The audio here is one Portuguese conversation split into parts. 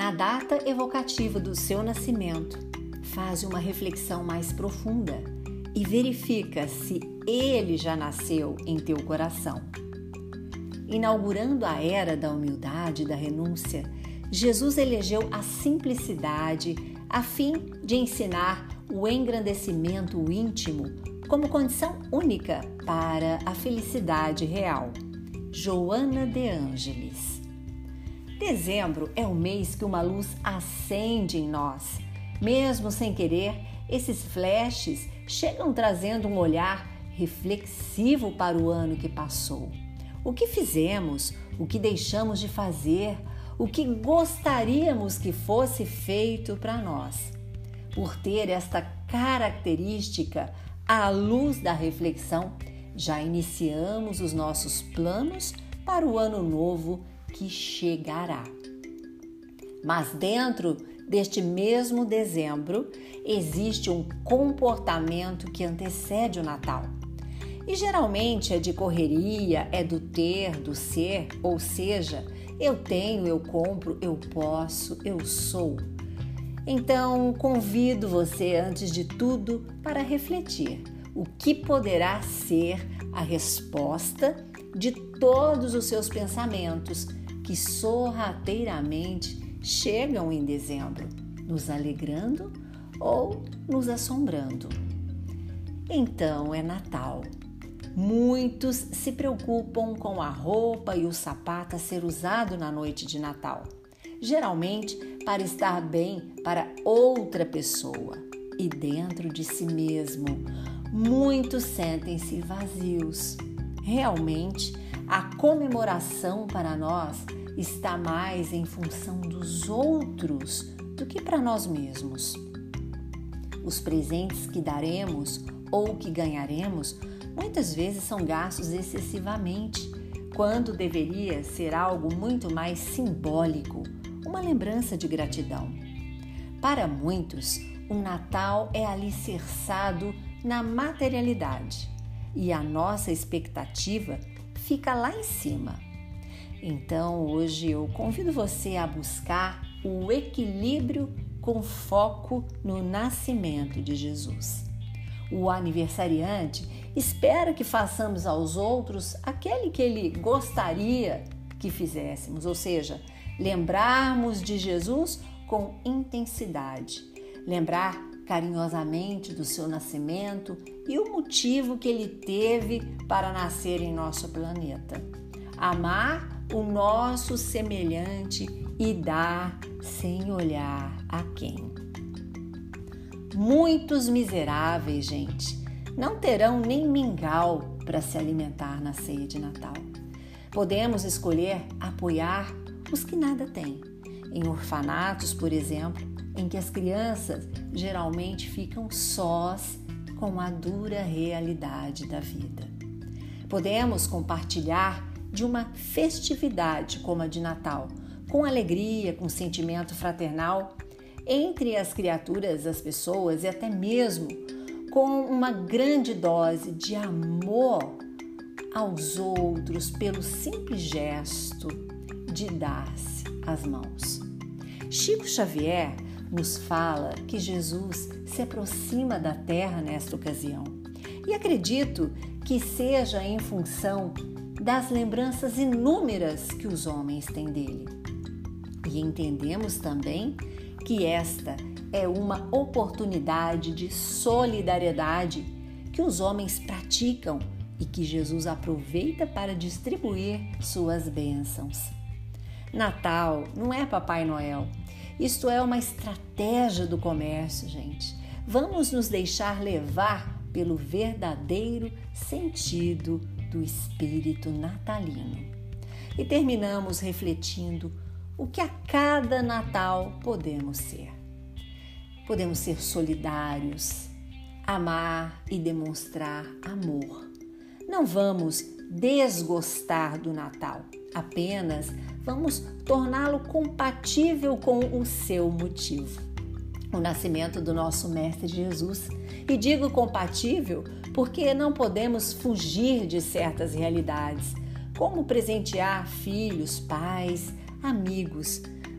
Na data evocativa do seu nascimento, faz uma reflexão mais profunda e verifica se ele já nasceu em teu coração. Inaugurando a era da humildade e da renúncia, Jesus elegeu a simplicidade a fim de ensinar o engrandecimento íntimo como condição única para a felicidade real. Joana de Ângeles. Dezembro é o mês que uma luz acende em nós. Mesmo sem querer, esses flashes chegam trazendo um olhar reflexivo para o ano que passou. O que fizemos, o que deixamos de fazer, o que gostaríamos que fosse feito para nós. Por ter esta característica, à luz da reflexão, já iniciamos os nossos planos para o ano novo que chegará. Mas dentro deste mesmo dezembro, existe um comportamento que antecede o Natal. E geralmente é de correria, é do ter, do ser, ou seja, eu tenho, eu compro, eu posso, eu sou. Então, convido você, antes de tudo, para refletir o que poderá ser a resposta de todos os seus pensamentos que sorrateiramente chegam em dezembro, nos alegrando ou nos assombrando. Então, é Natal. Muitos se preocupam com a roupa e o sapato a ser usado na noite de Natal, geralmente para estar bem para outra pessoa e dentro de si mesmo. Muitos sentem-se vazios. Realmente, a comemoração para nós está mais em função dos outros do que para nós mesmos. Os presentes que daremos ou que ganharemos muitas vezes são gastos excessivamente, quando deveria ser algo muito mais simbólico, uma lembrança de gratidão. Para muitos, o Natal é alicerçado na materialidade e a nossa expectativa fica lá em cima. Então, hoje eu convido você a buscar o equilíbrio com foco no nascimento de Jesus. O aniversariante espera que façamos aos outros aquele que ele gostaria que fizéssemos, ou seja, lembrarmos de Jesus com intensidade, lembrar carinhosamente do seu nascimento e o motivo que ele teve para nascer em nosso planeta. Amar o nosso semelhante e dar sem olhar a quem. Muitos miseráveis, gente, não terão nem mingau para se alimentar na ceia de Natal. Podemos escolher apoiar os que nada têm. Em orfanatos, por exemplo, em que as crianças geralmente ficam sós com a dura realidade da vida. Podemos compartilhar de uma festividade como a de Natal, com alegria, com sentimento fraternal, entre as criaturas, as pessoas e até mesmo com uma grande dose de amor aos outros pelo simples gesto de dar-se as mãos. Chico Xavier nos fala que Jesus se aproxima da terra nesta ocasião e acredito que seja em função das lembranças inúmeras que os homens têm dele. E entendemos também que esta é uma oportunidade de solidariedade que os homens praticam e que Jesus aproveita para distribuir suas bênçãos. Natal não é Papai Noel. Isto é uma estratégia do comércio, gente. Vamos nos deixar levar pelo verdadeiro sentido do espírito natalino. E terminamos refletindo o que a cada Natal podemos ser. Podemos ser solidários, amar e demonstrar amor. Não vamos desgostar do Natal, apenas vamos torná-lo compatível com o seu motivo, o nascimento do nosso Mestre Jesus. E digo compatível porque não podemos fugir de certas realidades, como presentear filhos, pais, amigos,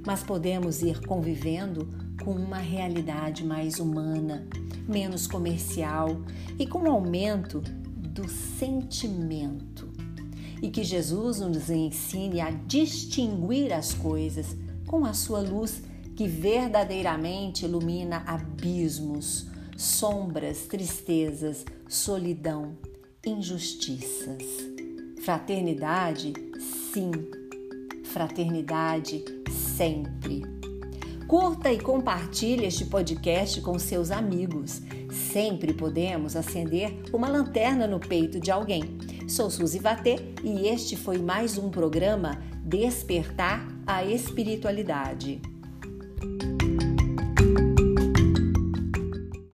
mas podemos ir convivendo com uma realidade mais humana, menos comercial e com um aumento do sentimento. E que Jesus nos ensine a distinguir as coisas com a sua luz que verdadeiramente ilumina abismos, sombras, tristezas, solidão, injustiças. Fraternidade, sim. Fraternidade, sempre. Curta e compartilhe este podcast com seus amigos. Sempre podemos acender uma lanterna no peito de alguém. Sou Suzy Vatê e este foi mais um programa Despertar a Espiritualidade.